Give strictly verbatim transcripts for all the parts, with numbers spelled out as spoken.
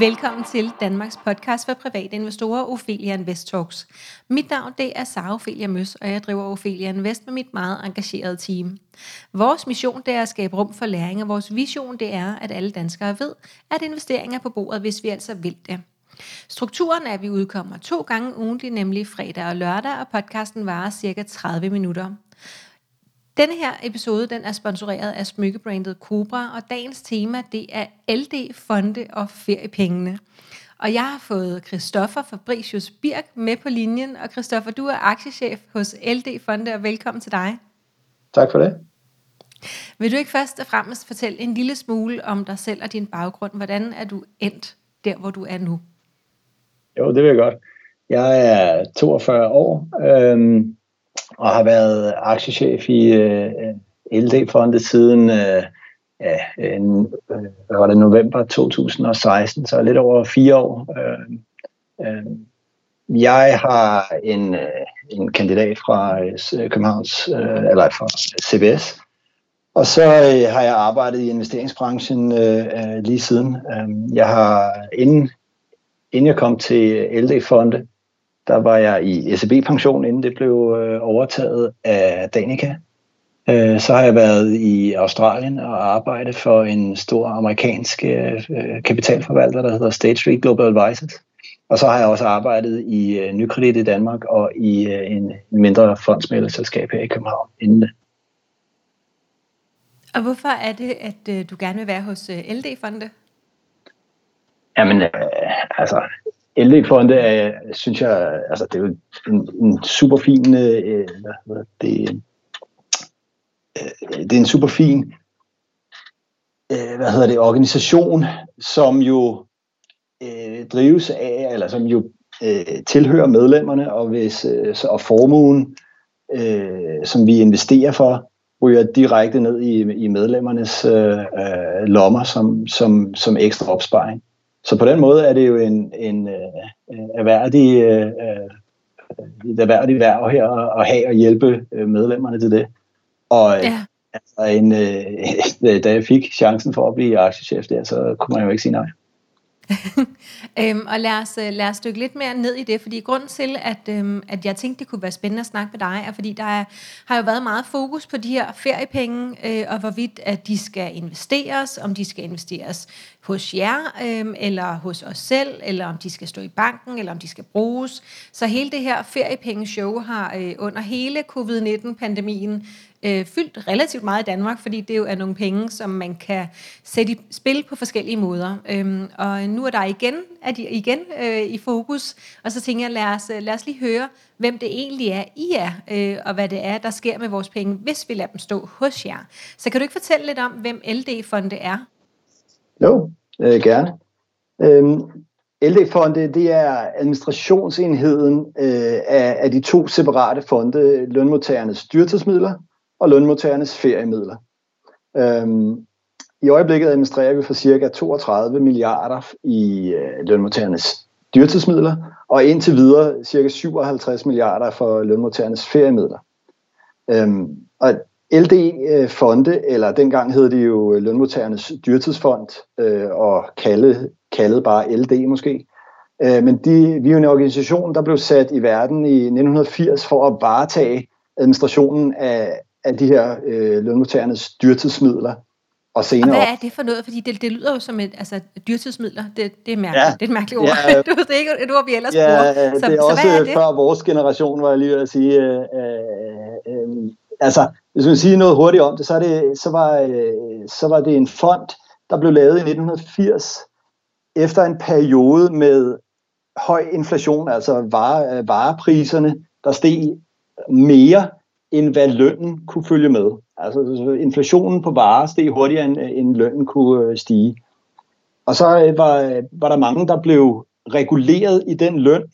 Velkommen til Danmarks podcast for private investorer, Ophelia Invest Talks. Mit navn det er Sara Ophelia Møs, og jeg driver Ophelia Invest med mit meget engagerede team. Vores mission det er at skabe rum for læring, og vores vision det er, at alle danskere ved, at investeringer er på bordet, hvis vi altså vil det. Strukturen er, at vi udkommer to gange ugentligt, nemlig fredag og lørdag, og podcasten varer cirka tredive minutter. Denne her episode den er sponsoreret af smykkebrandet Cobra, og dagens tema det er L D Fonde og feriepengene. Og jeg har fået Christoffer Fabricius Birk med på linjen, og Christoffer, du er aktiechef hos L D Fonde, og velkommen til dig. Tak for det. Vil du ikke først og fremmest fortælle en lille smule om dig selv og din baggrund? Hvordan er du endt der, hvor du er nu? Jo, det vil jeg godt. Jeg er toogfyrre år øhm, og har været aktiechef i øh, L D Fonde siden øh, ja, en, øh, hvad var det, november to tusind og seksten, så lidt over fire år. Øh, øh, jeg har en, øh, en kandidat fra øh, Københavns, øh, eller fra C B S, og så øh, har jeg arbejdet i investeringsbranchen øh, øh, lige siden. Øh, jeg har inden Inden jeg kom til L D Fonde, der var jeg i S E B-pension, inden det blev øh, overtaget af Danica. Øh, så har jeg været i Australien og arbejdet for en stor amerikansk øh, kapitalforvalter, der hedder State Street Global Advisors. Og så har jeg også arbejdet i øh, Nykredit i Danmark og i øh, en mindre fondsmæglerselskab her i København inden det. Og hvorfor er det, at øh, du gerne vil være hos øh, L D Fonde? Jamen, øh, altså, L D Fonde er, synes jeg, altså, det er jo en, en super fin, øh, hvad det, øh, det er en super fin, øh, hvad hedder det, organisation, som jo øh, drives af, eller som jo øh, tilhører medlemmerne, og hvis øh, og formuen, øh, som vi investerer for, ryger direkte ned i, i medlemmernes øh, øh, lommer som, som, som ekstra opsparing. Så på den måde er det jo en, en øh, erhverdig, øh, et erhverdigt værv her at have og hjælpe medlemmerne til det. Og ja. altså en, øh, da jeg fik chancen for at blive aktiechef der, så kunne man jo ikke sige nej. øhm, og lad os, lad os dykke lidt mere ned i det, fordi grunden til, at, øhm, at jeg tænkte, det kunne være spændende at snakke med dig, er, fordi der er, har jo været meget fokus på de her feriepenge, øh, og hvorvidt at de skal investeres, om de skal investeres hos jer, øh, eller hos os selv, eller om de skal stå i banken, eller om de skal bruges. Så hele det her feriepengeshow har øh, under hele covid nitten-pandemien øh, fyldt relativt meget i Danmark, fordi det jo er nogle penge, som man kan sætte i spil på forskellige måder. Øhm, og nu er der igen, er de igen øh, i fokus, og så tænker jeg, lad os, lad os lige høre, hvem det egentlig er, I er, øh, og hvad det er, der sker med vores penge, hvis vi lader dem stå hos jer. Så kan du ikke fortælle lidt om, hvem L D Fonde er? Jo, øh, gerne. Øhm, L D Fonde, det er administrationsenheden øh, af, af de to separate fonde, lønmodtagernes dyrtidsmidler og lønmodtagernes feriemidler. Øhm, I øjeblikket administrerer vi for cirka toogtredive milliarder i øh, lønmodtagernes dyrtidsmidler, og indtil videre cirka syvoghalvtreds milliarder for lønmodtagernes feriemidler. Øhm, og L D Fonde, eller dengang hed det jo lønmodtagernes dyrtidsfond, øh, og kaldet, kaldet bare L D måske. Øh, men de, vi er jo en organisation, der blev sat i verden i nitten firs for at varetage administrationen af, af de her øh, lønmodtagernes dyrtidsmidler. Og, senere og hvad er det for noget? Fordi det, det lyder jo som et altså, dyrtidsmidler. Det, det er mærkeligt. Ja, det er et mærkeligt ord. Ja, du ved ikke et ord, vi ellers ja, bruger. Så, det er så også hvad er det? før vores generation, var jeg lige ved at sige. Øh, øh, øh, altså, hvis man siger noget hurtigt om det, så, er det, så, var, øh, så var det en fond, der blev lavet i nitten firs, efter en periode med høj inflation, altså vare, varepriserne, der steg mere, end hvad lønnen kunne følge med. Altså inflationen på varer steg hurtigere, end, end lønnen kunne stige. Og så var, var der mange, der blev reguleret i den løn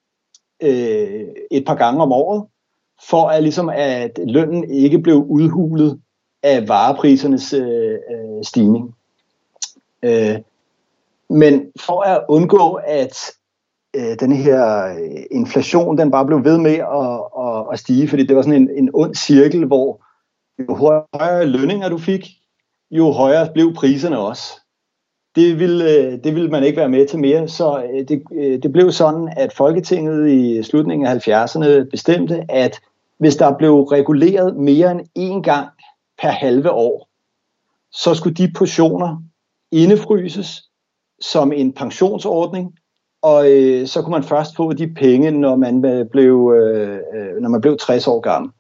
øh, et par gange om året, for at, ligesom, at lønnen ikke blev udhulet af vareprisernes øh, stigning. Øh, men for at undgå, at øh, den her inflation, den bare blev ved med at, at, at stige, fordi det var sådan en, en ond cirkel, hvor jo højere lønninger du fik, jo højere blev priserne også. det ville, det ville man ikke være med til mere, så det, det blev sådan, at Folketinget i slutningen af halvfjerdserne bestemte, at hvis der blev reguleret mere end én gang per halve år, så skulle de portioner indefryses som en pensionsordning, og øh, så kunne man først få de penge, når man blev, øh, når man blev tres år gammel.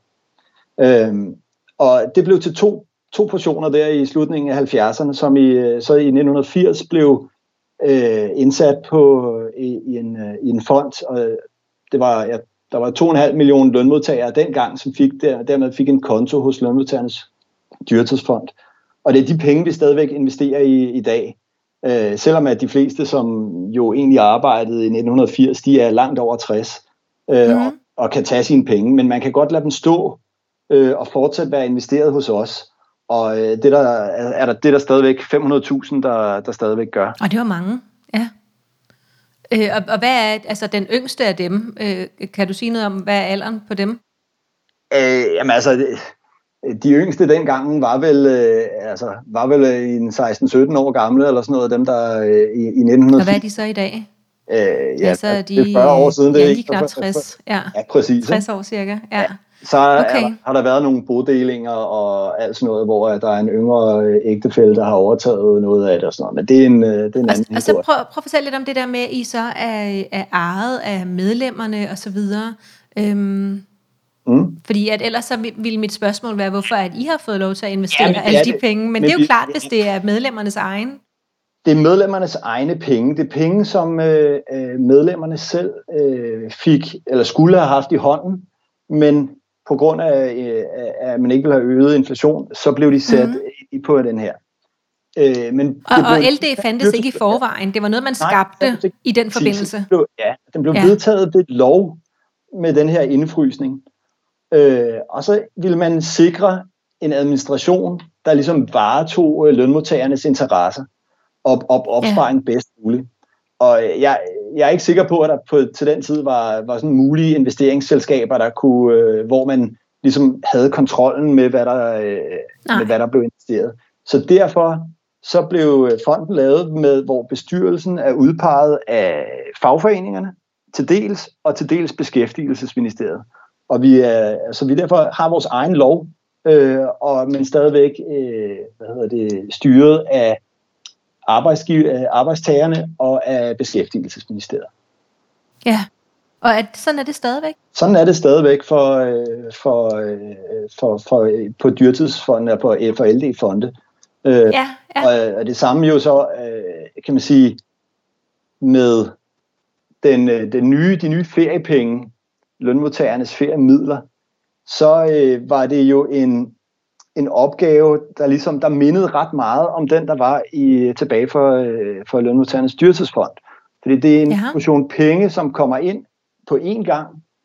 Øhm, og det blev til to, to portioner der i slutningen af halvfjerdserne, som i, så i nitten firs blev øh, indsat på, i, i, en, i en fond, og det var, ja, der var to komma fem millioner lønmodtagere dengang, som fik der, dermed fik en konto hos Lønmodtagernes Dyrtidsfond. Og det er de penge, vi stadigvæk investerer i i dag. Øh, selvom at de fleste, som jo egentlig arbejdede i nitten firs, de er langt over tres øh, mm. og, og kan tage sine penge. Men man kan godt lade dem stå øh, og fortsat være investeret hos os. Og øh, det der, er der, det er der stadigvæk fem hundrede tusind, der, der stadigvæk gør. Og det var mange, ja. Øh, og, og hvad er altså den yngste af dem? Øh, kan du sige noget om, hvad er alderen på dem? Øh, jamen altså... De yngste dengang var vel, øh, altså, var vel en seksten sytten år gamle, eller sådan noget, dem der øh, i, i nitten firs. Og hvad er de så i dag? Øh, ja, altså, de, det er fyrre år siden. Ja, det lige knap tres. Ja, ja præcis. tres år cirka, ja. ja. Så okay. er, har der været nogle boddelinger og alt sådan noget, hvor der er en yngre ægtefælle, der har overtaget noget af det og sådan noget. Men det er en, det er en og, anden og så prøv, prøv at fortælle lidt om det der med, at I så er, er ejet af medlemmerne og så videre. Øhm, Mm. Fordi at ellers så ville mit spørgsmål være, hvorfor at I har fået lov til at investere ja, alle de det. penge. Men, men det er jo vi, klart, hvis det er medlemmernes egen. Det er medlemmernes egne penge. Det er penge, som øh, medlemmerne selv øh, fik, eller skulle have haft i hånden. Men på grund af, øh, at man ikke ville have øget inflation, så blev de sat mm. på den her. Øh, men og, og L D fandtes ikke i forvejen. Det var noget, man skabte nej, det, i den forbindelse. Den blev, ja, den blev ja. vedtaget ved lov med den her indefrysning. Øh, og så ville man sikre en administration, der ligesom varetog øh, lønmodtagernes interesser og, og opsparing ja. bedst muligt. Og jeg, jeg er ikke sikker på, at der på, til den tid var, var sådan mulige investeringsselskaber, der kunne, øh, hvor man ligesom havde kontrollen med, hvad der, øh, med, hvad der blev investeret. Så derfor så blev fonden lavet med, hvor bestyrelsen er udpeget af fagforeningerne til dels, og til dels Beskæftigelsesministeriet. Og vi, er, altså vi derfor har vores egen lov, øh, og, men stadigvæk øh, hvad hedder det, styret af, af arbejdstagerne og af Beskæftigelsesministeriet. Ja, og at, sådan er det stadigvæk? Sådan er det stadigvæk for, øh, for, øh, for, for, på Dyrtidsfonden og på, for L D-fonde. Øh, ja, ja. Og, og det samme jo så, øh, kan man sige, med den, den nye, de nye feriepenge, lønmodtagernes feriemidler, så øh, var det jo en, en opgave, der ligesom der mindede ret meget om den, der var i tilbage for, øh, for lønmodtagernes dyrtidsfond. Fordi det er en Jaha. portion penge, som kommer ind på én gang,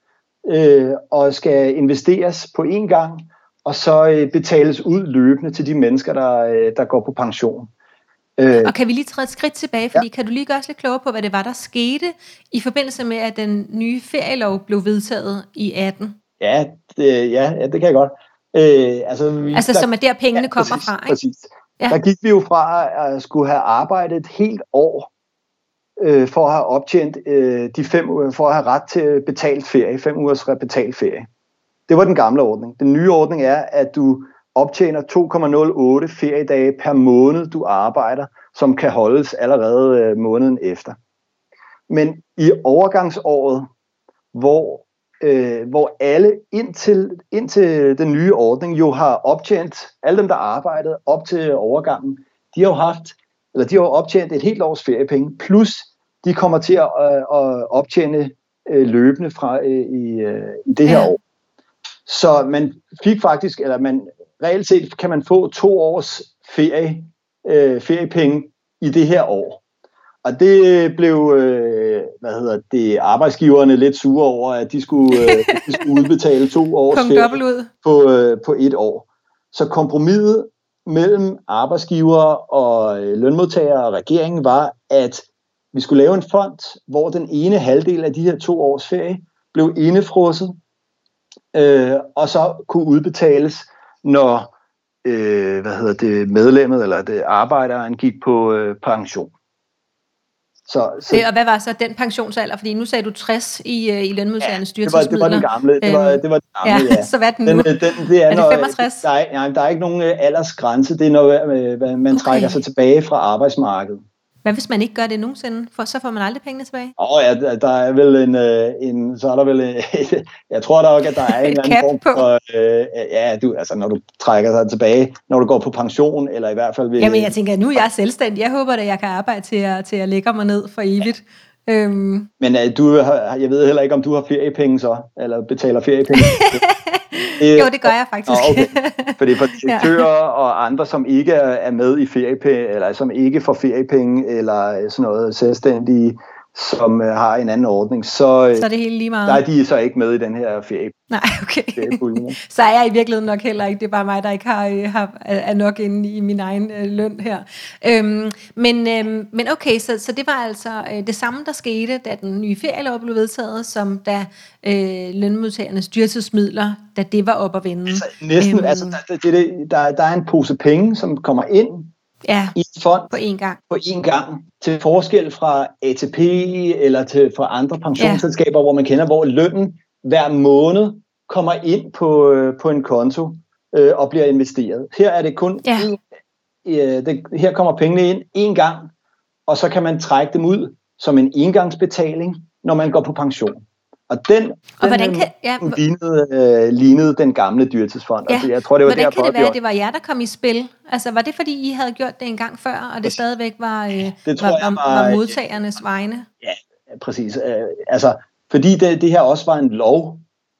øh, og skal investeres på én gang, og så øh, betales ud løbende til de mennesker, der, øh, der går på pension. Og kan vi lige træde et skridt tilbage, fordi ja. kan du lige gøre os lidt klogere på, hvad det var, der skete i forbindelse med, at den nye ferielov blev vedtaget i atten? Ja, det, ja, ja, det kan jeg godt. Øh, altså, vi, altså der, som er der pengene ja, kommer præcis, fra, ikke? Præcis. Ja. Der gik vi jo fra at skulle have arbejdet et helt år, øh, for at have optjent øh, de fem uger, for at have ret til betalt ferie, fem ugers betalt ferie. Det var den gamle ordning. Den nye ordning er, at du optjener to komma nul otte feriedage per måned, du arbejder, som kan holdes allerede øh, måneden efter. Men i overgangsåret, hvor, øh, hvor alle indtil, indtil den nye ordning jo har optjent, alle dem, der arbejdede op til overgangen, de har jo haft, eller de har jo optjent et helt års feriepenge, plus de kommer til at, øh, at optjene øh, løbende fra øh, i, øh, i det her ja. år. Så man fik faktisk, eller man reelt set kan man få to års ferie, øh, feriepenge i det her år. Og det blev, øh, hvad hedder det, arbejdsgiverne lidt sure over, at de skulle, øh, de skulle udbetale to års ferie på, øh, på et år. Så kompromiset mellem arbejdsgivere og øh, lønmodtagere og regeringen var, at vi skulle lave en fond, hvor den ene halvdel af de her to års ferie blev indefrosset, øh, og så kunne udbetales, når øh, hvad hedder det, medlemmet eller det arbejderen gik på øh, pension. Så, så, og hvad var så den pensionsalder? Fordi nu sagde du tres i, i lønmodtagernes styrtidsmidler. Ja, det var, det var den gamle. Det var, det var den gamle, ja. ja. Så hvad er den nu? Den, den, det er, er det når, femogtres? Der er, nej, der er ikke nogen aldersgrænse. Det er, når man okay. trækker sig tilbage fra arbejdsmarkedet. Hvad hvis man ikke gør det nogensinde? For så får man aldrig pengene tilbage? Åh oh, ja, der er vel en, en så er der vel en, jeg tror da også, at der er en eller anden form for, øh, ja, du, altså når du trækker sig tilbage, når du går på pension, eller i hvert fald ved... Jamen jeg tænker, nu er jeg selvstændig. Jeg håber at jeg kan arbejde til at, til at lægge mig ned for evigt. Ja. Øhm. Men uh, du, jeg ved heller ikke, om du har feriepenge så, eller betaler feriepenge. Det, jo, det gør jeg faktisk. Nå, okay. Fordi for direktører ja. og andre, som ikke er med i feriepenge, eller som ikke får feriepenge, eller sådan noget selvstændige, som har en anden ordning, så, så er det hele lige meget. Der er de så ikke med i den her ferie. Nej, okay. Så er jeg i virkeligheden nok heller ikke. Det er bare mig, der ikke har, har er nok inde i min egen øh, løn her. Øhm, men, øhm, men okay, så, så det var altså øh, det samme, der skete, da den nye ferielov blev vedtaget, som da øh, lønmodtagernes dyrtidsmidler, da det var op at vende. Altså, næsten, øhm, altså, der, det, det, der, der er en pose penge, som kommer ind ja, i en fond på én gang. På én gang. Til forskel fra A T P eller til, fra andre pensionsselskaber, ja. hvor man kender, hvor lønnen hver måned kommer ind på, øh, på en konto øh, og bliver investeret. Her er det kun ja. en, øh, det, her kommer pengene ind én gang, og så kan man trække dem ud som en engangsbetaling, når man går på pension. Og den, og den kan, ja, lignede, øh, lignede den gamle dyrtidsfond. Ja, altså, jeg tror, det var hvordan derfor, kan det være, at det var jer, der kom i spil? Altså, var det, fordi I havde gjort det en gang før, og det stadigvæk var, øh, det var, var, var, var modtagernes vegne? Ja, præcis. Øh, altså, fordi det, det her også var en lov.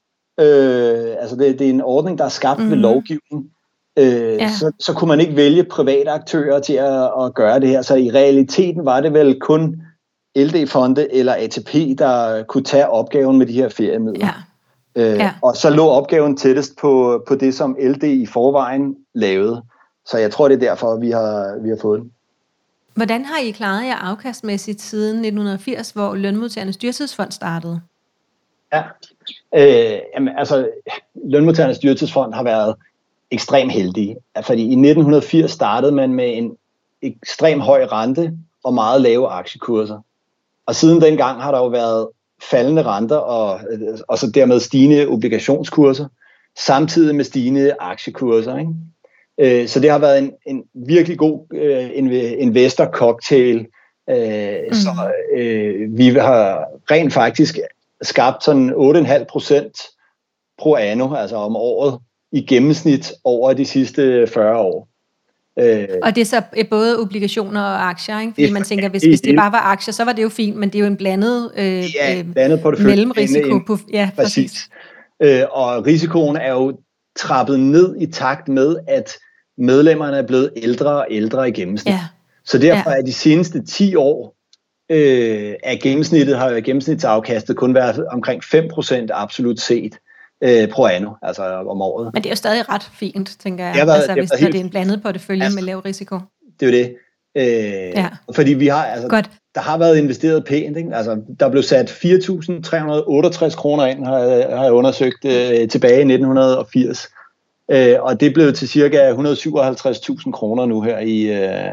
Øh, altså, det, det er en ordning, der er skabt mm-hmm. ved lovgivning. Øh, ja. så, så kunne man ikke vælge private aktører til at, at gøre det her. Så i realiteten var det vel kun L D-fonde eller A T P, der kunne tage opgaven med de her feriemidler. Ja. Øh, ja. Og så lå opgaven tættest på, på det, som L D i forvejen lavede. Så jeg tror, det er derfor, vi har, vi har fået den. Hvordan har I klaret jer afkastmæssigt siden nitten firs, hvor lønmodtagernes dyrtidsfond startede? Ja, øh, jamen, altså lønmodtagernes dyrtidsfond har været ekstremt heldige. Fordi i nitten firs startede man med en ekstrem høj rente og meget lave aktiekurser. Og siden dengang har der jo været faldende renter og, og så dermed stigende obligationskurser, samtidig med stigende aktiekurser. Ikke? Så det har været en, en virkelig god øh, investor-cocktail. Øh, mm. Så øh, vi har rent faktisk skabt sådan otte komma fem procent pro anno, altså om året, i gennemsnit over de sidste fyrre år. Øh, og det er så både obligationer og aktier, ikke? Fordi man tænker, hvis, hvis det bare var aktier, så var det jo fint, men det er jo en blandet, øh, ja, blandet mellemrisiko. En, på, ja, præcis. præcis. Øh, og risikoen er jo trappet ned i takt med, at medlemmerne er blevet ældre og ældre i gennemsnit. Ja. Så derfor ja. er de seneste ti år øh, af gennemsnittet, har gennemsnitsafkastet kun været omkring fem procent absolut set. Øh, pro anno, altså om året. Men det er jo stadig ret fint, tænker jeg, det været, altså, hvis det helt... det er en blandet portefølje altså, med lav risiko. Det er jo det. Øh, ja. Fordi vi har, altså, Godt. der har været investeret pænt, ikke? Altså, der blev sat fire tusind tre hundrede og otteogtres kroner ind, har jeg, har jeg undersøgt øh, tilbage i nitten firs. Øh, og det blev til cirka et hundrede og syvoghalvtreds tusind kroner nu her i, øh,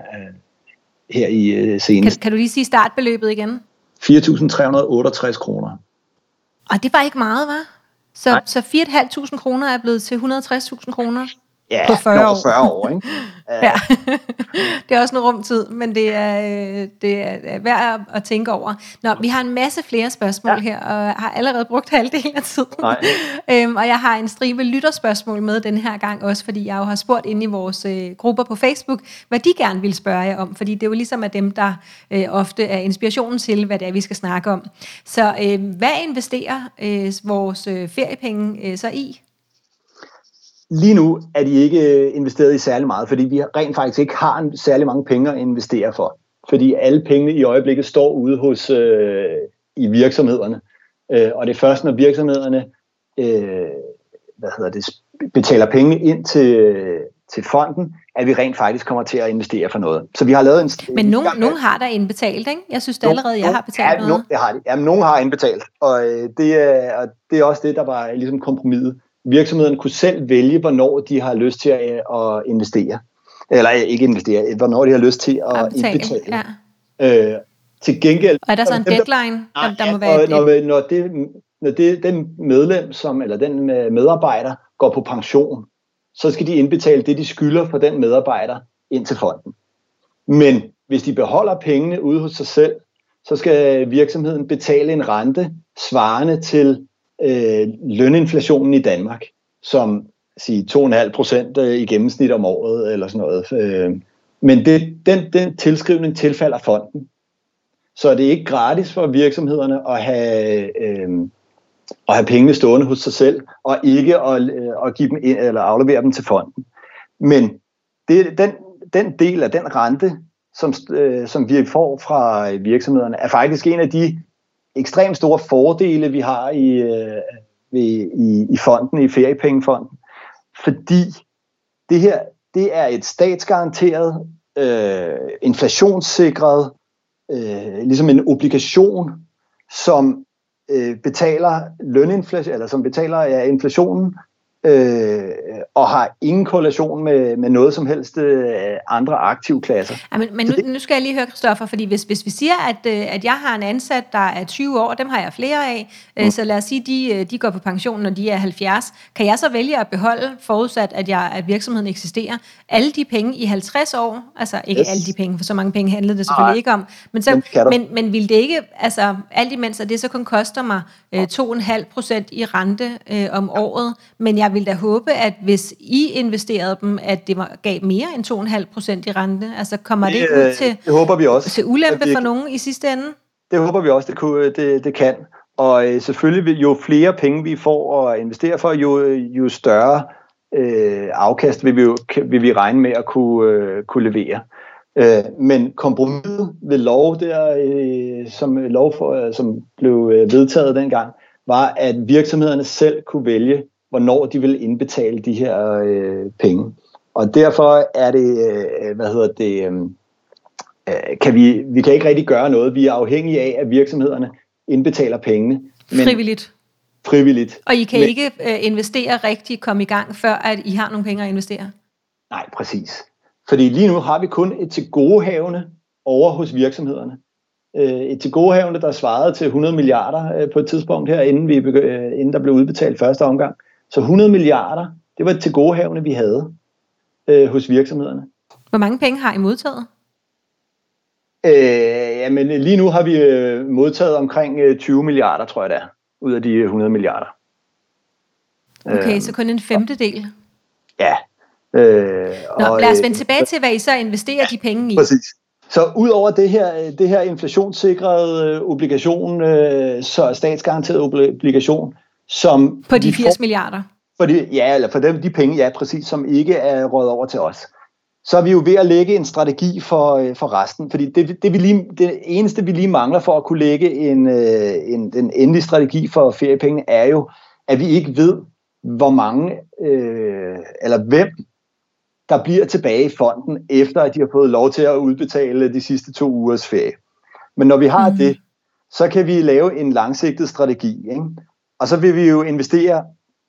her i øh, senest. Kan, kan du lige sige startbeløbet igen? fire tusind tre hundrede og otteogtres kroner. Og det var ikke meget, hva'? Så, så fire tusind fem hundrede kroner er blevet til et hundrede og tres tusind kroner ja, på fyrre år. fyrre år, ikke? Ja. Det er også noget rumtid, men det er, det er værd at tænke over. Nå, vi har en masse flere spørgsmål ja. her, og har allerede brugt halvdelen af tiden. Nej. øhm, og jeg har en stribe lytterspørgsmål med den her gang også, fordi jeg jo har spurgt inde i vores øh, grupper på Facebook, hvad de gerne vil spørge jer om, fordi det er jo ligesom af dem, der øh, ofte er inspirationen til, hvad det er, vi skal snakke om. Så øh, hvad investerer øh, vores øh, feriepenge øh, så i? Lige nu er de ikke investeret i særlig meget, fordi vi rent faktisk ikke har særlig mange penge at investere for. Fordi alle pengene i øjeblikket står ude hos øh, i virksomhederne. Øh, og det er først, når virksomhederne øh, hvad hedder det, betaler penge ind til, til fonden, at vi rent faktisk kommer til at investere for noget. Så vi har lavet en... Men nogen, nogen har der indbetalt, ikke? Jeg synes det allerede, jeg har betalt ja, noget. No, det har de. Jamen, nogen har indbetalt, og, øh, det er, og det er også det, der var ligesom kompromiset. virksomhederne kunne selv vælge, hvornår de har lyst til at, at investere. Eller ikke investere, hvornår de har lyst til at Aftale, indbetale. Ja. Øh, til gengæld... Og er der så en deadline, der, nej, der må ja, være... når, når, det, når det, den medlem, som, eller den medarbejder, går på pension, så skal de indbetale det, de skylder for den medarbejder ind til fonden. Men hvis de beholder pengene ude hos sig selv, så skal virksomheden betale en rente svarende til øh, løninflationen i Danmark, som sige to komma fem procent i gennemsnit om året eller sådan noget. Øh, men det, den, den tilskrivning tilfalder fonden. Så det er ikke gratis for virksomhederne at have, øh, at have pengene stående hos sig selv, og ikke at, øh, at give dem ind, eller aflevere dem til fonden. Men det, den, den del af den rente, som, øh, som vi får fra virksomhederne, er faktisk en af de ekstremt store fordele, vi har i, øh, i, i fonden, i feriepengefonden. Fordi det her, det er et statsgaranteret, øh, inflationssikret, øh, ligesom en obligation, som øh, betaler løninflation, eller som betaler ja, inflationen, øh, og har ingen korrelation med, med noget som helst øh, andre aktivklasser. Ja, men men nu, nu skal jeg lige høre, Christoffer, fordi hvis, hvis vi siger, at, at jeg har en ansat, der er tyve år, dem har jeg flere af, mm. så lad os sige, de, de går på pension, når de er halvfjerds. Kan jeg så vælge at beholde, forudsat at, jeg, at virksomheden eksisterer, alle de penge i halvtreds år? Altså ikke yes. alle de penge, for så mange penge handlede det selvfølgelig Ej. ikke om. Men, så, men, men, men vil det ikke, altså alt imens, at det så kun koster mig øh, to komma fem procent i rente øh, om året, men jeg vil da håbe, at hvis I investerede dem, at det var, gav mere end to komma fem procent i rente. Altså kommer det, det ikke ud til, det håber vi også. til ulempe for nogen i sidste ende? Det håber vi også, det, kunne, det, det kan. Og øh, selvfølgelig, jo flere penge vi får at investere for, jo, jo større øh, afkast vil vi, jo, vil vi regne med at kunne, øh, kunne levere. Øh, men kompromiset ved lov, der, øh, som, lov for, som blev vedtaget dengang, var, at virksomhederne selv kunne vælge, hvornår de vil indbetale de her øh, penge. Og derfor er det, øh, hvad hedder det, øh, kan vi, vi kan ikke rigtig gøre noget. Vi er afhængige af, at virksomhederne indbetaler pengene. Men frivilligt. Frivilligt. Og I kan men, ikke øh, investere rigtigt, komme i gang, før at I har nogle penge at investere? Nej, præcis. Fordi lige nu har vi kun et tilgodehavende over hos virksomhederne. Et tilgodehavende, der svarede til hundrede milliarder på et tidspunkt her, inden, vi begy- inden der blev udbetalt første omgang. Så hundrede milliarder, det var et tilgodehavende, vi havde øh, hos virksomhederne. Hvor mange penge har I modtaget? Øh, jamen lige nu har vi øh, modtaget omkring øh, tyve milliarder, tror jeg det er, ud af de hundrede milliarder. Okay, øh, så kun en femtedel? Ja. Øh, Nå, og, lad os vende tilbage til, hvad I så investerer ja, de penge i. Præcis. Så ud over det her, det her inflationssikrede obligation, øh, så statsgaranteret obligation, som på de firs milliarder? For de, ja, eller for dem, de penge, ja, præcis, som ikke er røget over til os. Så er vi jo ved at lægge en strategi for, for resten, fordi det, det, vi lige, det eneste, vi lige mangler for at kunne lægge en, en, den endelige strategi for feriepengene, er jo, at vi ikke ved, hvor mange, øh, eller hvem, der bliver tilbage i fonden, efter at de har fået lov til at udbetale de sidste to ugers ferie. Men når vi har mm. det, så kan vi lave en langsigtet strategi, ikke? Og så vil vi jo investere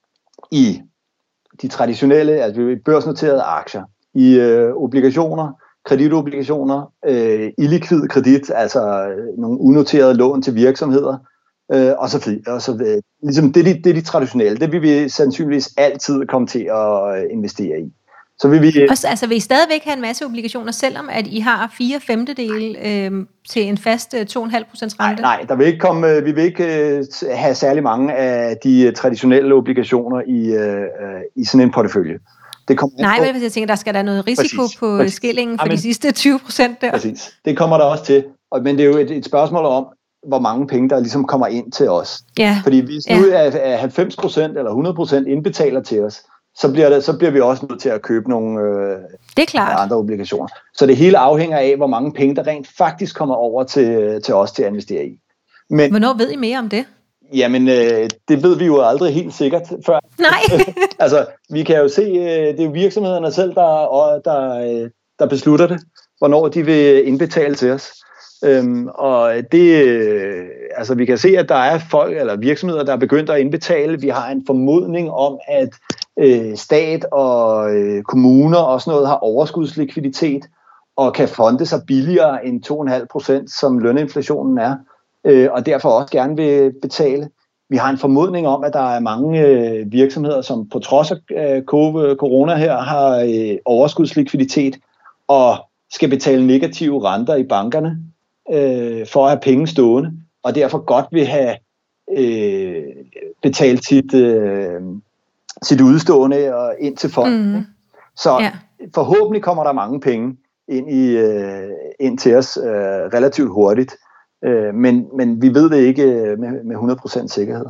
i de traditionelle, altså børsnoterede aktier, i øh, obligationer, kreditobligationer, øh, illikvid kredit, altså nogle unoterede lån til virksomheder, øh, og så, og så øh, ligesom det, det, det er de traditionelle. Det vil vi sandsynligvis altid komme til at investere i. Så vil vi, og så, altså vil I stadigvæk have en masse obligationer, selvom at I har fire femtedele øh, til en fast to komma fem procent rente? Nej, nej, der vil ikke komme, vi vil ikke øh, have særlig mange af de traditionelle obligationer i, øh, i sådan en portefølje. Det kommer nej, men jeg tænker, der skal der noget risiko præcis, på præcis. skillingen for ja, men, de sidste tyve procent der. Præcis, det kommer der også til. Men det er jo et, et spørgsmål om, hvor mange penge, der ligesom kommer ind til os. Ja. Fordi hvis nu ja. er halvfems procent eller hundrede procent indbetaler til os, så bliver, det, så bliver vi også nødt til at købe nogle øh, det er klart. andre obligationer. Så det hele afhænger af, hvor mange penge, der rent faktisk kommer over til, til os til at investere i. Men, hvornår ved I mere om det? Jamen, øh, det ved vi jo aldrig helt sikkert før. Nej. Altså, vi kan jo se, øh, det er jo virksomhederne selv, der, der, der beslutter det, hvornår de vil indbetale til os. Øhm, og det, øh, altså vi kan se, at der er folk eller virksomheder, der er begyndt at indbetale. Vi har en formodning om, at øh, stat og øh, kommuner og sådan noget har overskudslikviditet og kan fonde sig billigere end to komma fem procent, som løninflationen er, øh, og derfor også gerne vil betale. Vi har en formodning om, at der er mange øh, virksomheder, som på trods af øh, corona her har øh, overskudslikviditet og skal betale negative renter i bankerne øh, for at have penge stående, og derfor godt vil have øh, betalt sit, øh, sit udstående og ind til fonden. Mm. Så ja. Forhåbentlig kommer der mange penge ind, i, øh, ind til os øh, relativt hurtigt, øh, men, men vi ved det ikke med, med hundrede procent sikkerhed.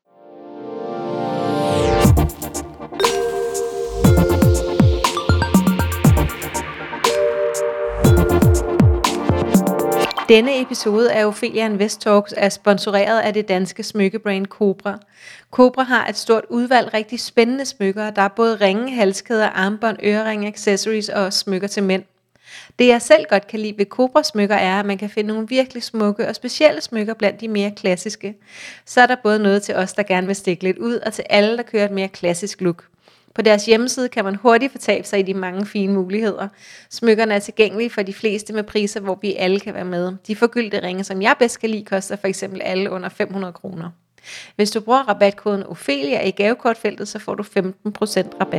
Denne episode af Ophelia Invest Talks er sponsoreret af det danske smykkebrand Cobra. Cobra har et stort udvalg rigtig spændende smykker. Der er både ringe, halskæder, armbånd, øreringe, accessories og smykker til mænd. Det jeg selv godt kan lide ved Cobra smykker er, at man kan finde nogle virkelig smukke og specielle smykker blandt de mere klassiske. Så er der både noget til os, der gerne vil stikke lidt ud, og til alle, der kører et mere klassisk look. På deres hjemmeside kan man hurtigt fortabe sig i de mange fine muligheder. Smykkerne er tilgængelige for de fleste med priser, hvor vi alle kan være med. De forgyldte ringe, som jeg bedst kan lide, koster for eksempel alle under fem hundrede kroner. Hvis du bruger rabatkoden Ophelia i gavekortfeltet, så får du femten procent rabat.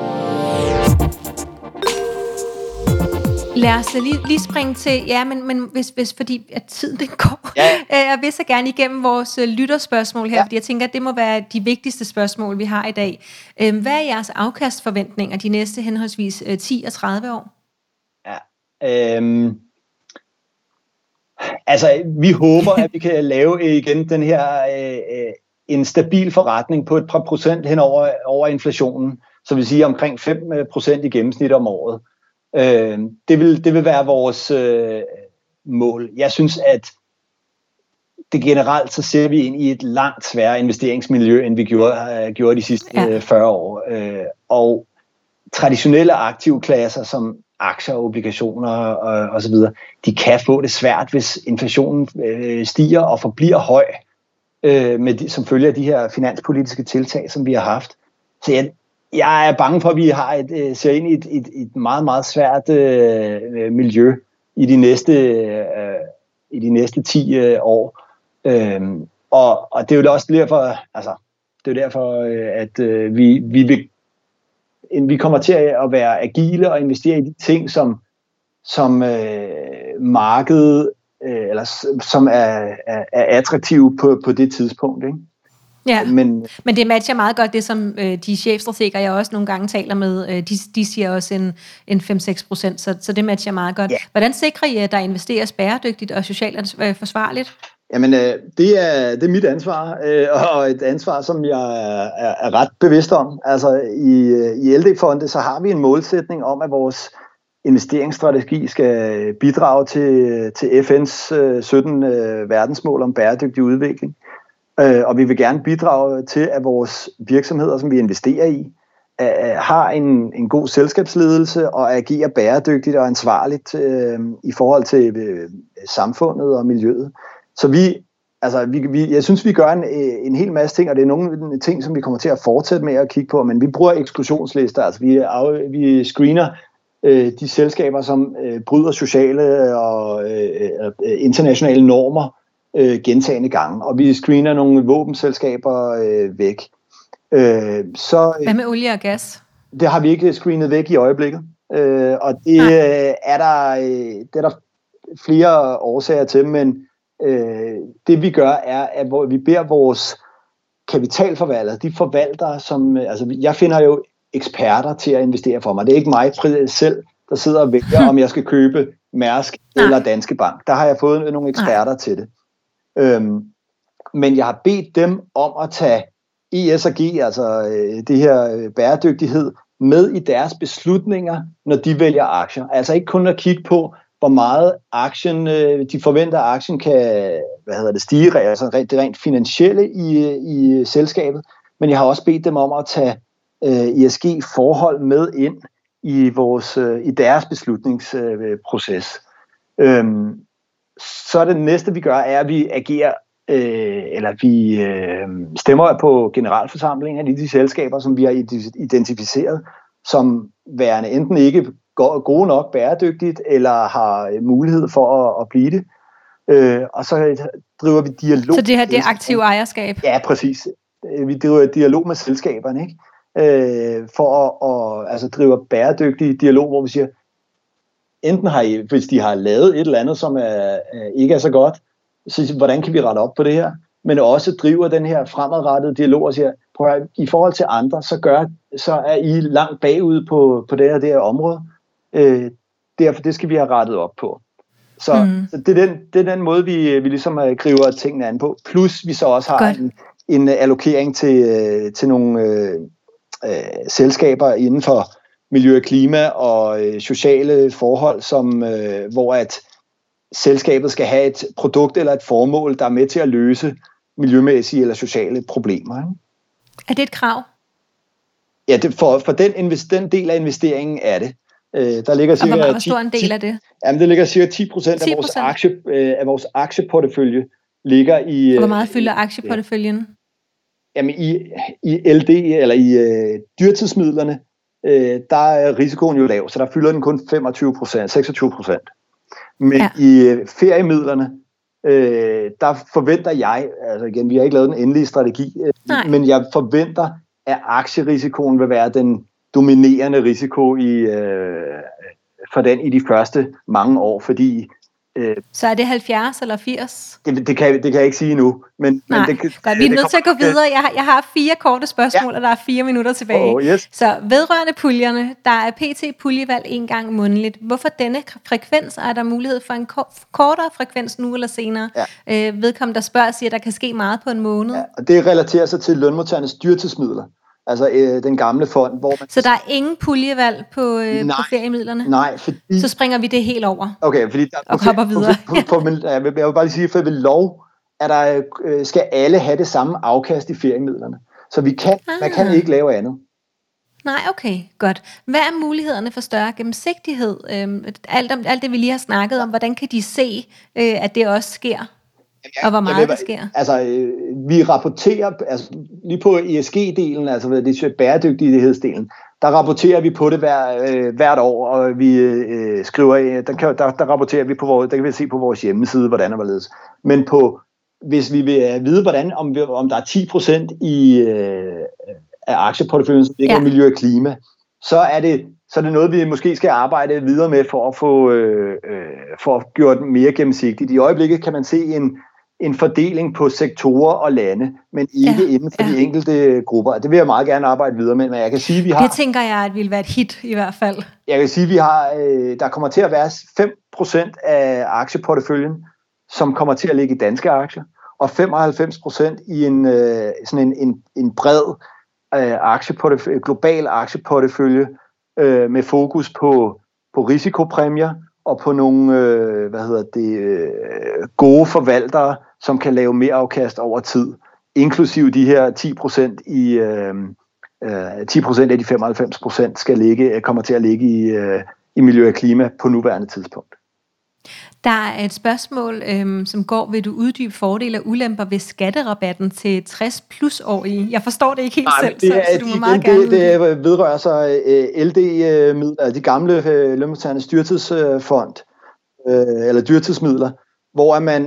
Lad os lige, lige springe til, ja, men, men hvis, hvis, fordi at tiden den går, ja. Jeg vil så gerne igennem vores lytterspørgsmål her, ja. Fordi jeg tænker, at det må være de vigtigste spørgsmål, vi har i dag. Hvad er jeres afkastforventninger de næste henholdsvis ti og tredive år? Ja, øhm, altså vi håber, at vi kan lave igen den her øh, en stabil forretning på et par procent hen over, over inflationen, så vil sige omkring fem procent i gennemsnit om året. Øh, det, vil, det vil være vores øh, mål. Jeg synes, at det generelt, så ser vi ind i et langt sværere investeringsmiljø, end vi gjorde, øh, gjorde de sidste ja. øh, fyrre år. Øh, og traditionelle aktivklasser som aktier, obligationer og, og så videre, de kan få det svært, hvis inflationen øh, stiger og forbliver høj, øh, med de, som følge af de her finanspolitiske tiltag, som vi har haft. Så jeg Jeg er bange for, at vi har et, ser ind i et, et, et meget, meget svært øh, miljø i de næste, øh, i de næste ti øh, år. Øhm, og, og det er jo også derfor, altså, det er derfor, øh, at øh, vi, vi, vil, vi kommer til at være agile og investere i de ting, som, som øh, markedet øh, eller som er, er, er attraktive på, på det tidspunkt, ikke? Ja, men, men det matcher meget godt det, som øh, de chefstrateger, jeg også nogle gange taler med, øh, de, de siger også en, en fem til seks procent, så, så det matcher meget godt. Ja. Hvordan sikrer I, at der investeres bæredygtigt og socialt øh, forsvarligt? Jamen, øh, det, er, det er mit ansvar, øh, og et ansvar, som jeg er, er ret bevidst om. Altså, i, i L D-fonde, så har vi en målsætning om, at vores investeringsstrategi skal bidrage til, til F N's øh, sytten øh, verdensmål om bæredygtig udvikling. Og vi vil gerne bidrage til, at vores virksomheder, som vi investerer i, har en, en god selskabsledelse og agerer bæredygtigt og ansvarligt øh, i forhold til øh, samfundet og miljøet. Så vi, altså, vi, vi, jeg synes, vi gør en, en hel masse ting, og det er nogle ting, som vi kommer til at fortsætte med at kigge på, men vi bruger eksklusionslister, altså vi, af, vi screener øh, de selskaber, som øh, bryder sociale og øh, internationale normer, Øh, gentagende gange, og vi screener nogle våbenselskaber øh, væk. Øh, så, Hvad med olie og gas? Det har vi ikke screenet væk i øjeblikket, øh, og det øh, er, der, øh, det er der flere årsager til, men øh, det vi gør er, at hvor vi beder vores kapitalforvaltere, de forvaltere, som, altså jeg finder jo eksperter til at investere for mig. Det er ikke mig selv, der sidder og vælger, om jeg skal købe Mærsk Nej. eller Danske Bank. Der har jeg fået nogle eksperter Nej. til det. Øhm, men jeg har bedt dem om at tage E S G, altså øh, det her øh, bæredygtighed, med i deres beslutninger, når de vælger aktier. Altså ikke kun at kigge på, hvor meget aktien, øh, de forventer, at aktien kan hvad hedder det, stige, altså det rent finansielle i, i selskabet, men jeg har også bedt dem om at tage øh, E S G-forhold med ind i, vores, øh, i deres beslutningsproces. Øh, øhm, så er det næste, vi gør, er, at vi agerer, øh, eller vi øh, stemmer på generalforsamlingen af de selskaber, som vi har identificeret som værende enten ikke gode nok bæredygtigt, eller har mulighed for at, at blive det. Øh, og så driver vi dialog. Så det her, det er aktiv ejerskab? Ja, præcis. Vi driver dialog med selskaberne, ikke? Øh, for at, at altså, drive bæredygtig dialog, hvor vi siger, enten har I, hvis de har lavet et eller andet, som er, ikke er så godt, så siger, hvordan kan vi rette op på det her? Men også driver den her fremadrettede dialog og siger, prøv at, i forhold til andre, så, gør, så er I langt bagud på, på det her, det her område. Øh, derfor det skal vi have rettet op på. Så, mm. så det, er den, det er den måde, vi, vi ligesom griber tingene an på. Plus vi så også har en, en allokering til, til nogle øh, øh, selskaber inden for miljø og klima og øh, sociale forhold, som, øh, hvor at selskabet skal have et produkt eller et formål, der er med til at løse miljømæssige eller sociale problemer. Ikke? Er det et krav? Ja, det, for, for den, invest, den del af investeringen er det. Øh, der ligger cirka og hvor, hvor stor en del af det? Jamen, det ligger cirka ti procent af vores, aktie, øh, af vores aktieportefølje ligger i... Og hvor meget fylder aktieporteføljen? Øh, jamen, i, i L D, eller i øh, dyrtidsmidlerne, øh, der er risikoen jo lav, så der fylder den kun femogtyve procent, seksogtyve procent. Men ja. i øh, feriemidlerne, øh, der forventer jeg, altså igen, vi har ikke lavet den endelige strategi, øh, men jeg forventer, at aktierisikoen vil være den dominerende risiko i, øh, for den i de første mange år, fordi... Øh, så er det halvfjerds eller firs? Det, det, kan, det kan jeg ikke sige nu. Men, Nej, men det, godt, vi er nødt til at gå videre. Jeg har, jeg har fire korte spørgsmål, ja. Og der er fire minutter tilbage. Oh, yes. Så vedrørende puljerne, der er P T puljevalg en gang månedligt. Hvorfor denne frekvens? Er der mulighed for en kortere frekvens nu eller senere? Ja. Øh, vedkommende, der spørger, siger, at der kan ske meget på en måned. Ja, og det relaterer sig til lønmodtagernes dyrtidsmidler. Altså øh, den gamle fond, hvor man... Så der er ingen puljevalg på, øh, på feriemidlerne? Nej, fordi... Så springer vi det helt over. Okay, fordi... Der, og hopper videre. På, på, på, på, jeg vil bare lige sige, for ved lov, at der, øh, skal alle have det samme afkast i feriemidlerne. Så vi kan, ah. man kan ikke lave andet. Nej, okay, godt. Hvad er mulighederne for større gennemsigtighed? Øhm, alt, om, alt det, vi lige har snakket om, hvordan kan de se, øh, at det også sker? Og hvor meget det sker? Altså, øh, vi rapporterer, altså lige på E S G-delen, altså det bæredygtighedsdelen, der rapporterer vi på det hver, øh, hvert år, og vi øh, skriver, der, kan, der, der rapporterer vi på vores, der kan vi se på vores hjemmeside, hvordan og hvorledes. Men på, hvis vi vil vide, hvordan, om, vi, om der er ti procent i, øh, af aktieporteføljen, som ligger ja. miljø og klima, så er det så er det noget, vi måske skal arbejde videre med for at få øh, for at gøre det mere gennemsigtigt. I øjeblikket kan man se en en fordeling på sektorer og lande, men ikke ja, inden for ja. de enkelte grupper. Det vil jeg meget gerne arbejde videre med, men jeg kan sige, at vi har... Det tænker jeg, at vil være et hit i hvert fald. Jeg kan sige, at vi har, øh, der kommer til at være fem procent af aktieporteføljen, som kommer til at ligge i danske aktier, og femoghalvfems procent i en, øh, sådan en, en, en bred øh, aktieportefølje, global aktieportefølje, øh, med fokus på, på risikopræmier, og på nogle øh, hvad hedder det, øh, gode forvaltere, som kan lave mere afkast over tid, inklusiv de her ti procent i øh, øh, ti procent af de femoghalvfems procent skal ligge, kommer til at ligge i, øh, i miljø og klima på nuværende tidspunkt. Der er et spørgsmål, øhm, som går, vil du uddybe fordele og ulemper ved skatterabatten til tres plus årige? Jeg forstår det ikke helt Nej, selv, det er, så, så du må de, meget det, gerne det, det vedrører sig uh, L D-midler, de gamle uh, lønmodtagernes dyrtidsfond, uh, eller dyrtidsmidler, hvor man,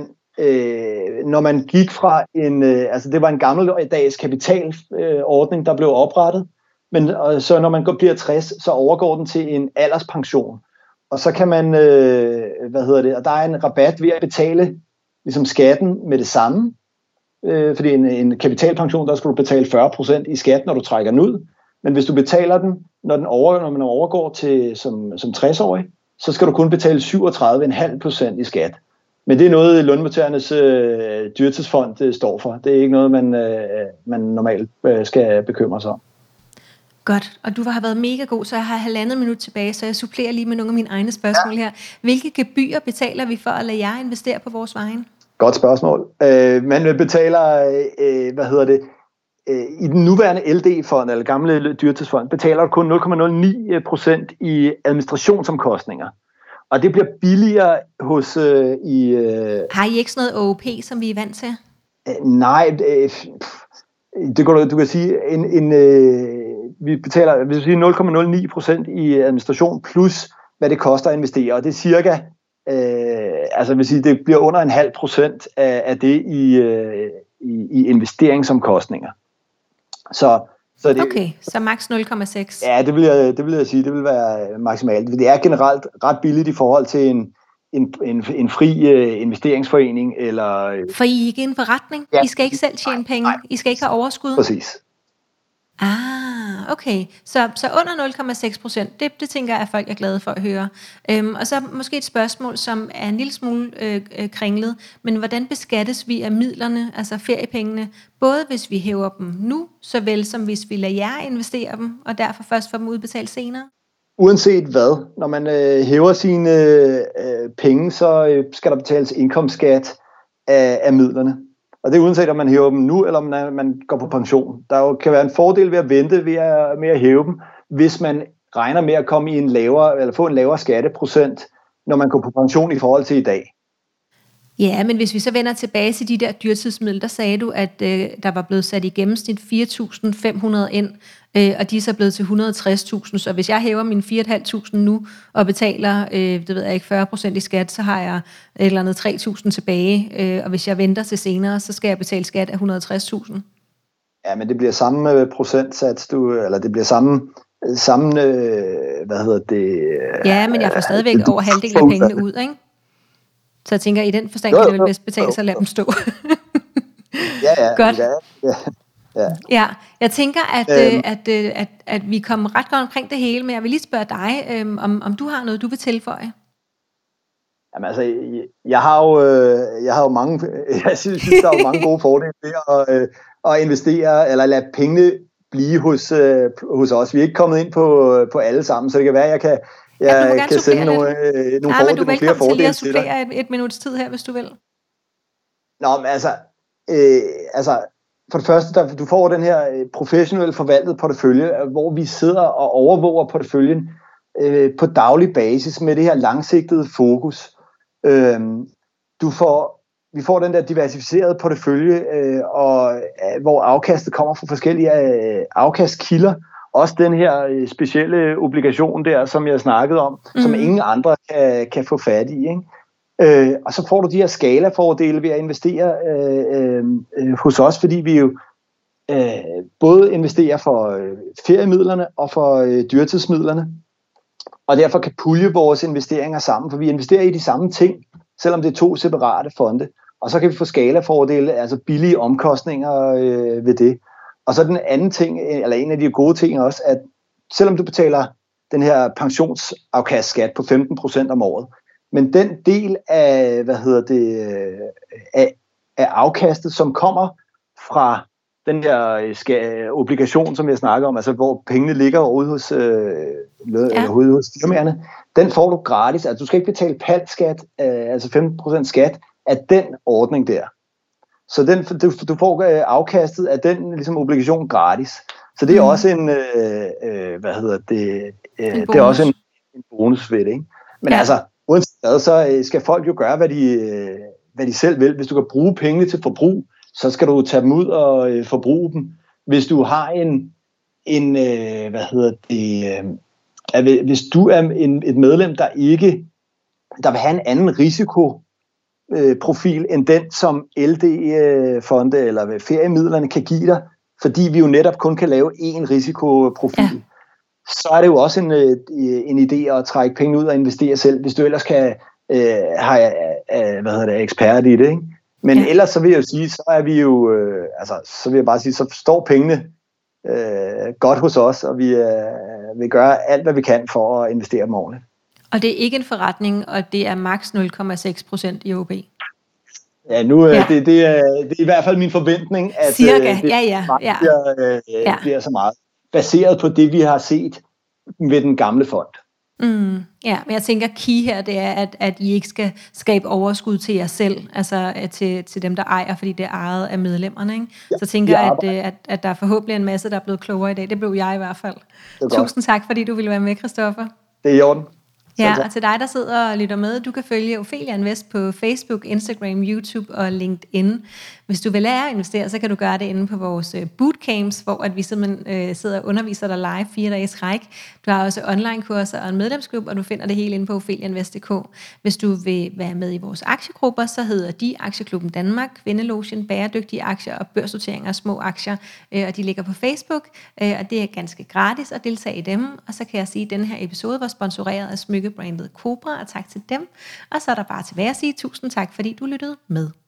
uh, når man gik fra en, uh, altså det var en gammeldags kapitalordning, uh, der blev oprettet, men uh, så når man bliver tres, så overgår den til en alderspension. Og så kan man, øh, hvad hedder det, og der er en rabat ved at betale ligesom skatten med det samme. Øh, fordi en, en kapitalpension, der skal du betale fyrre procent i skat, når du trækker den ud. Men hvis du betaler den, når, den over, når man overgår til som, som tres-årig, så skal du kun betale syvogtredive komma fem procent i skat. Men det er noget, lønmodtagernes øh, dyrtidsfond øh, står for. Det er ikke noget, man, øh, man normalt øh, skal bekymre sig om. Godt, og du har været mega god, så jeg har halvandet minut tilbage, så jeg supplerer lige med nogle af mine egne spørgsmål ja. her. Hvilke gebyrer betaler vi for at lade jer investere på vores vejen? Godt spørgsmål. Øh, man betaler, øh, hvad hedder det, øh, i den nuværende L D-fond, eller gamle dyrtidsfond, betaler du kun nul komma nul ni procent i administrationsomkostninger. Og det bliver billigere hos øh, i... Øh, Har I ikke sådan noget O O P, som vi er vant til? øh, nej, øh, det kan du, du kan sige, en, en, øh, vi betaler hvis vi siger nul komma nul ni procent i administration, plus hvad det koster at investere, og det er cirka, øh, altså vil sige, det bliver under en halv procent af, af det i, øh, i, i investeringsomkostninger. Så, så det, okay, så maks nul komma seks. Ja, det vil, jeg, det vil jeg sige, det vil være maksimalt. Det er generelt ret billigt i forhold til en, en, en, en fri øh, investeringsforening. Eller, For I er ikke en forretning? Ja. I skal ikke selv tjene penge? Nej. I skal ikke have overskud? Præcis. Ah, okay. Så, så under nul komma seks procent, det, det tænker jeg, at folk er glade for at høre. Øhm, og så måske et spørgsmål, som er en lille smule øh, øh, kringlet, men hvordan beskattes vi af midlerne, altså feriepengene, både hvis vi hæver dem nu, såvel som hvis vi lader jer investere dem, og derfor først får dem udbetalt senere? Uanset hvad, når man øh, hæver sine øh, penge, så øh, skal der betales indkomstskat af, af midlerne. Og det er uanset om man hæver dem nu, eller om man, man går på pension. Der jo, kan være en fordel ved at vente ved at, med at hæve dem, hvis man regner med at komme i en lavere, eller få en lavere skatteprocent, når man går på pension i forhold til i dag. Ja, men hvis vi så vender tilbage til de der dyrtidsmidler, der sagde du, at øh, der var blevet sat i gennemsnit fire tusind fem hundrede ind, øh, og de er så blevet til et hundrede og tres tusind. Så hvis jeg hæver mine fire tusind fem hundrede nu og betaler, øh, det ved jeg ikke, fyrre procent i skat, så har jeg et eller andet tre tusind tilbage. Øh, og hvis jeg venter til senere, så skal jeg betale skat af et hundrede og tres tusind. Ja, men det bliver samme procentsats, du, eller det bliver samme, samme øh, hvad hedder det? Ja, men jeg får stadigvæk øh, over halvdelen af pengene ud, ikke? Så jeg tænker, i den forstand kan det vel bedst betale sig at lade dem stå. ja, ja. Godt. Ja, ja, ja. Ja, jeg tænker, at, øhm. øh, at, øh, at, at vi kommer ret godt omkring det hele, men jeg vil lige spørge dig, øh, om, om du har noget, du vil tilføje? Jamen altså, jeg, jeg har jo, øh, jeg har jo mange, jeg synes, der er jo mange gode fordele ved at, øh, at investere, eller lade pengene blive hos, øh, hos os. Vi er ikke kommet ind på, på alle sammen, så det kan være, at jeg kan... Jeg ja, kan sende nogle, øh, nogle, Nej, fordele, men du er nogle flere velkommen til lige at til dig. supplere et, et minuts tid her, hvis du vil. Nå, men altså, øh, altså for det første, der, du får den her professionelt forvaltede portefølje, hvor vi sidder og overvåger porteføljen øh, på daglig basis med det her langsigtede fokus. Øh, du får, vi får den der diversificerede portefølje, øh, og, øh, hvor afkastet kommer fra forskellige øh, afkastkilder. Også den her øh, specielle obligation der, som jeg snakkede om, mm. som ingen andre kan, kan få fat i, ikke? Øh, og så får du de her skalafordele ved at investere øh, øh, hos os, fordi vi jo øh, både investerer for øh, feriemidlerne og for øh, dyrtidsmidlerne, og derfor kan pulje vores investeringer sammen, for vi investerer i de samme ting, selvom det er to separate fonde, og så kan vi få skalafordele, altså billige omkostninger øh, ved det. Og så den anden ting, eller en af de gode ting også, at selvom du betaler den her pensionsafkastskat på femten procent om året, men den del af, hvad hedder det, af, af afkastet, som kommer fra den her ska, obligation, som jeg snakker om, altså hvor pengene ligger ude hos, øh, ja. ude hos firmaerne, den får du gratis. Altså du skal ikke betale palskat, øh, altså femten procent skat af den ordning der. Så den, du, du får øh, afkastet af den ligesom, obligation gratis. Så det er mm. også en, øh, øh, hvad hedder det, øh, det er også en, en bonus ved det, ikke? Men ja. altså, uanset hvad, så skal folk jo gøre, hvad de, hvad de selv vil. Hvis du kan bruge pengene til forbrug, så skal du tage dem ud og øh, forbruge dem. Hvis du har en, en øh, hvad hedder det, øh, hvis du er en, et medlem, der ikke, der vil have en anden risikoprofil øh, end den, som L D-fonde eller feriemidlerne kan give dig, fordi vi jo netop kun kan lave én risikoprofil. Ja. Så er det jo også en, en idé at trække penge ud og investere selv, hvis du ellers kan øh, have øh, hvad hedder det, ekspert i det, ikke? Men ja. Ellers så vil jeg jo sige, så er vi jo, øh, altså så vil jeg bare sige, så står pengene øh, godt hos os, og vi øh, vil gøre alt, hvad vi kan for at investere dem ordentligt. Og det er ikke en forretning, og det er maks nul komma seks procent i O B? Ja, nu ja. Det, det, er, det er i hvert fald min forventning, at Cirka. Øh, det ja, ja. Ja. Bliver, øh, ja. bliver så meget. Baseret på det, vi har set ved den gamle fond. Mm, ja, men jeg tænker, key her, det er, at, at I ikke skal skabe overskud til jer selv, altså til, til dem, der ejer, fordi det er ejet af medlemmerne, ikke? Ja, så tænker jeg, at, at, at der er forhåbentlig en masse, der er blevet klogere i dag. Det blev jeg i hvert fald. Tusind tak, fordi du ville være med, Christoffer. Det er i orden. Ja, og til dig, der sidder og lytter med, du kan følge Ophelia Invest på Facebook, Instagram, YouTube og LinkedIn. Hvis du vil lære at investere, så kan du gøre det inde på vores bootcamps, hvor at vi simpelthen øh, sidder og underviser dig live fire dages ræk. Du har også online-kurser og en medlemsklub, og du finder det hele inde på ophelia invest punktum d k. Hvis du vil være med i vores aktiegrupper, så hedder de Aktieklubben Danmark, Kvindelogen, Bæredygtige Aktier og Børsnoteringer af små aktier, øh, og de ligger på Facebook, øh, og det er ganske gratis at deltage i dem. Og så kan jeg sige, at denne her episode var sponsoreret af smykkebrandet Cobra, og tak til dem. Og så er der bare tilbage at sige tusind tak, fordi du lyttede med.